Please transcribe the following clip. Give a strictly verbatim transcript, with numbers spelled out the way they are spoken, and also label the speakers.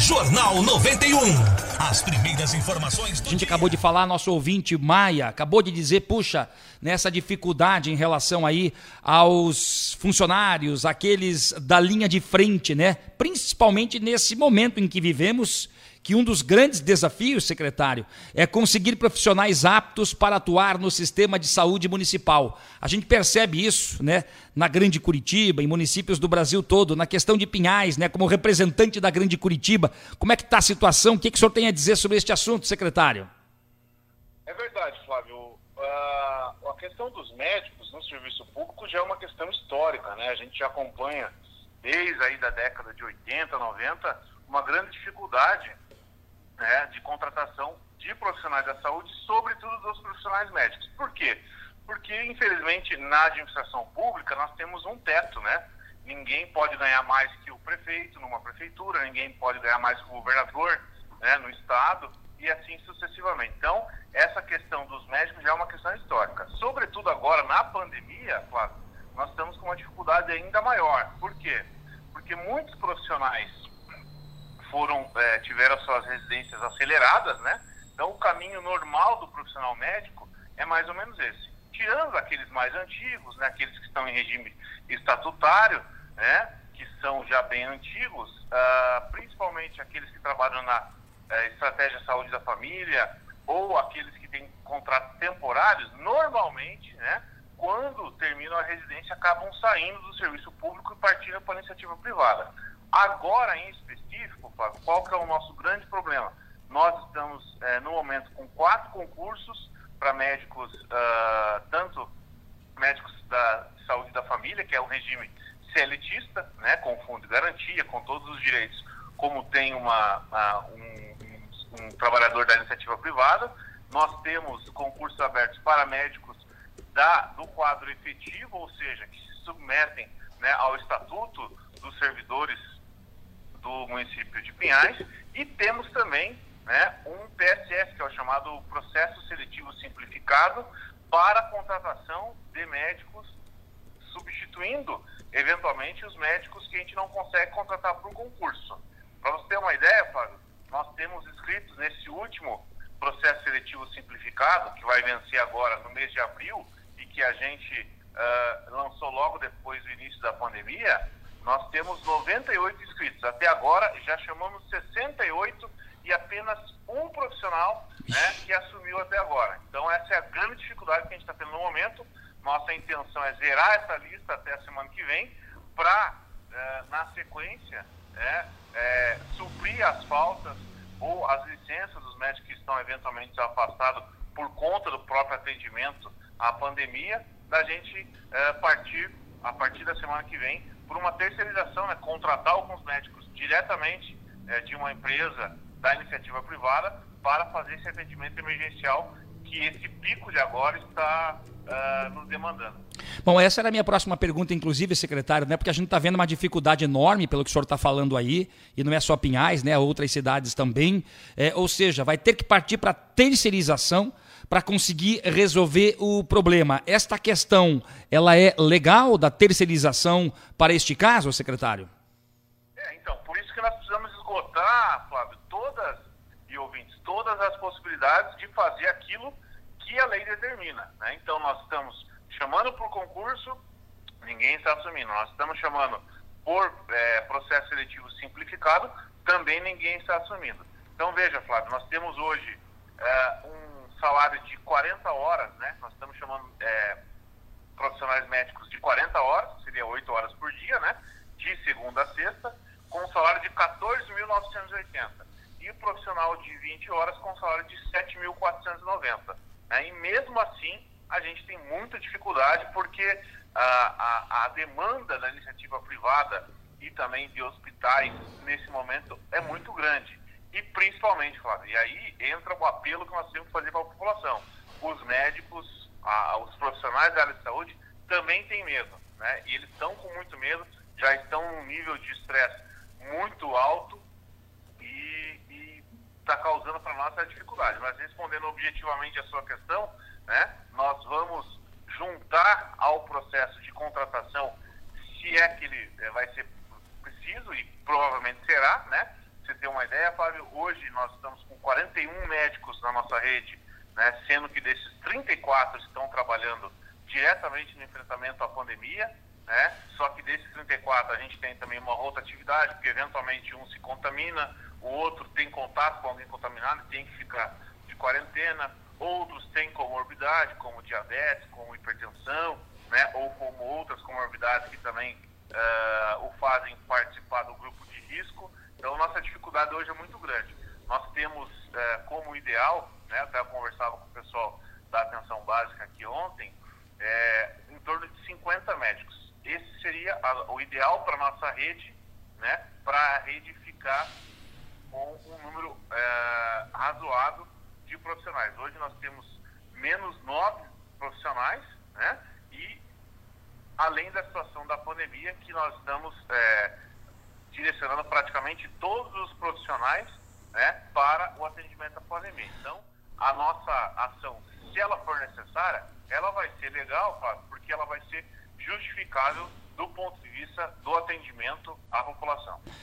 Speaker 1: Jornal noventa e um. As primeiras informações do
Speaker 2: A gente
Speaker 1: dia.
Speaker 2: acabou de falar, nosso ouvinte Maia acabou de dizer, puxa, nessa dificuldade em relação aí aos funcionários, aqueles da linha de frente, né? Principalmente nesse momento em que vivemos, que um dos grandes desafios, secretário, é conseguir profissionais aptos para atuar no sistema de saúde municipal. A gente percebe isso, né, na Grande Curitiba, em municípios do Brasil todo, na questão de Pinhais, né, como representante da Grande Curitiba. Como é que está a situação? O que, que o senhor tem a dizer sobre este assunto, secretário?
Speaker 3: É verdade, Flávio. Uh, a questão dos médicos no serviço público já é uma questão histórica, né? A gente já acompanha desde aí da década de oitenta, noventa, uma grande dificuldade, né, de contratação de profissionais da saúde, sobretudo dos profissionais médicos. Por quê? Porque, infelizmente, na administração pública nós temos um teto, né? Ninguém pode ganhar mais que o prefeito numa prefeitura, ninguém pode ganhar mais que o governador, né, no estado, e assim sucessivamente. Então, essa questão dos médicos já é uma questão histórica. Sobretudo agora, na pandemia, Flávio, nós estamos com uma dificuldade ainda maior. Por quê? Porque muitos profissionais foram, é, tiveram suas residências aceleradas, né? Então, o caminho normal do profissional médico é mais ou menos esse. Tirando aqueles mais antigos, né? Aqueles que estão em regime estatutário, né? Que são já bem antigos, uh, principalmente aqueles que trabalham na uh, estratégia de saúde da família ou aqueles que têm contratos temporários, normalmente, né? Quando terminam a residência, acabam saindo do serviço público e partindo para a iniciativa privada. Agora, em específico, Flávio, qual que é o nosso grande problema? Nós estamos, é, no momento, com quatro concursos para médicos, uh, tanto médicos da saúde da família, que é o regime seletista, né, com fundo de garantia, com todos os direitos, como tem uma, uma, um, um, um trabalhador da iniciativa privada. Nós temos concursos abertos para médicos da, do quadro efetivo, ou seja, que se submetem, né, ao estatuto dos servidores do município de Pinhais, e temos também, né, um P S S, que é o chamado Processo Seletivo Simplificado, para a contratação de médicos, substituindo, eventualmente, os médicos que a gente não consegue contratar por concurso. Para você ter uma ideia, Flávio, nós temos inscritos nesse último Processo Seletivo Simplificado, que vai vencer agora no mês de abril, e que a gente uh, lançou logo depois do início da pandemia. Nós temos noventa e oito inscritos. Até agora já chamamos sessenta e oito e apenas um profissional, né, que assumiu até agora. Então essa é a grande dificuldade que a gente está tendo no momento. Nossa intenção é zerar essa lista até a semana que vem para, eh, na sequência, né, eh, suprir as faltas ou as licenças dos médicos que estão eventualmente afastados por conta do próprio atendimento à pandemia, da gente eh, partir, a partir da semana que vem, por uma terceirização, né, contratar alguns médicos diretamente é, de uma empresa da iniciativa privada para fazer esse atendimento emergencial que esse pico de agora está uh, nos demandando.
Speaker 2: Bom, essa era a minha próxima pergunta, inclusive, secretário, né? Porque a gente está vendo uma dificuldade enorme pelo que o senhor está falando aí, e não é só Pinhais, né? Outras cidades também. É, ou seja, vai ter que partir para terceirização para conseguir resolver o problema. Esta questão, ela é legal da terceirização para este caso, secretário?
Speaker 3: É, então, por isso que nós precisamos esgotar, Flávio, todas, e ouvintes, todas as possibilidades de fazer aquilo que a lei determina, né? Então, nós estamos chamando por concurso, ninguém está assumindo. Nós estamos chamando por é, processo seletivo simplificado, também ninguém está assumindo. Então, veja, Flávio, nós temos hoje é, um salário de quarenta horas, né? Nós estamos chamando é, profissionais médicos de quarenta horas, que seria oito horas por dia, né? De segunda a sexta, com um salário de quatorze mil novecentos e oitenta. E o profissional de vinte horas com um salário de sete mil quatrocentos e noventa. Né? E mesmo assim, a gente tem muita dificuldade, porque a, a, a demanda da iniciativa privada e também de hospitais, nesse momento, é muito grande. E principalmente, Flávio, e aí entra o apelo que nós temos que fazer para a população. Os médicos, a, os profissionais da área de saúde também têm medo, né? E eles estão com muito medo, já estão num nível de estresse muito alto e está causando para nós essa dificuldade. Mas respondendo objetivamente a sua questão, né, nós vamos juntar ao processo de contratação, se é que ele é, vai ser preciso, e provavelmente será, né? Se ter uma ideia, Fábio, hoje nós estamos com quarenta e um médicos na nossa rede, né, sendo que desses trinta e quatro estão trabalhando diretamente no enfrentamento à pandemia, né, só que desses trinta e quatro a gente tem também uma rotatividade, porque eventualmente um se contamina, o outro tem contato com alguém contaminado e tem que ficar de quarentena, outros têm comorbidade, como diabetes, como hipertensão, né, ou como outras comorbidades que também uh, o fazem participar do grupo de risco. Então, nossa dificuldade hoje é muito grande. Nós temos uh, como ideal, né, até eu conversava com o pessoal da atenção básica aqui ontem, é, em torno de cinquenta médicos. Esse seria a, o ideal para a nossa rede, né, para a rede ficar com um número é, razoável de profissionais. Hoje nós temos menos nove profissionais, né, e além da situação da pandemia, que nós estamos é, direcionando praticamente todos os profissionais, né, para o atendimento à pandemia. Então, a nossa ação, se ela for necessária, ela vai ser legal, Fábio, porque ela vai ser justificável do ponto de vista do atendimento à população.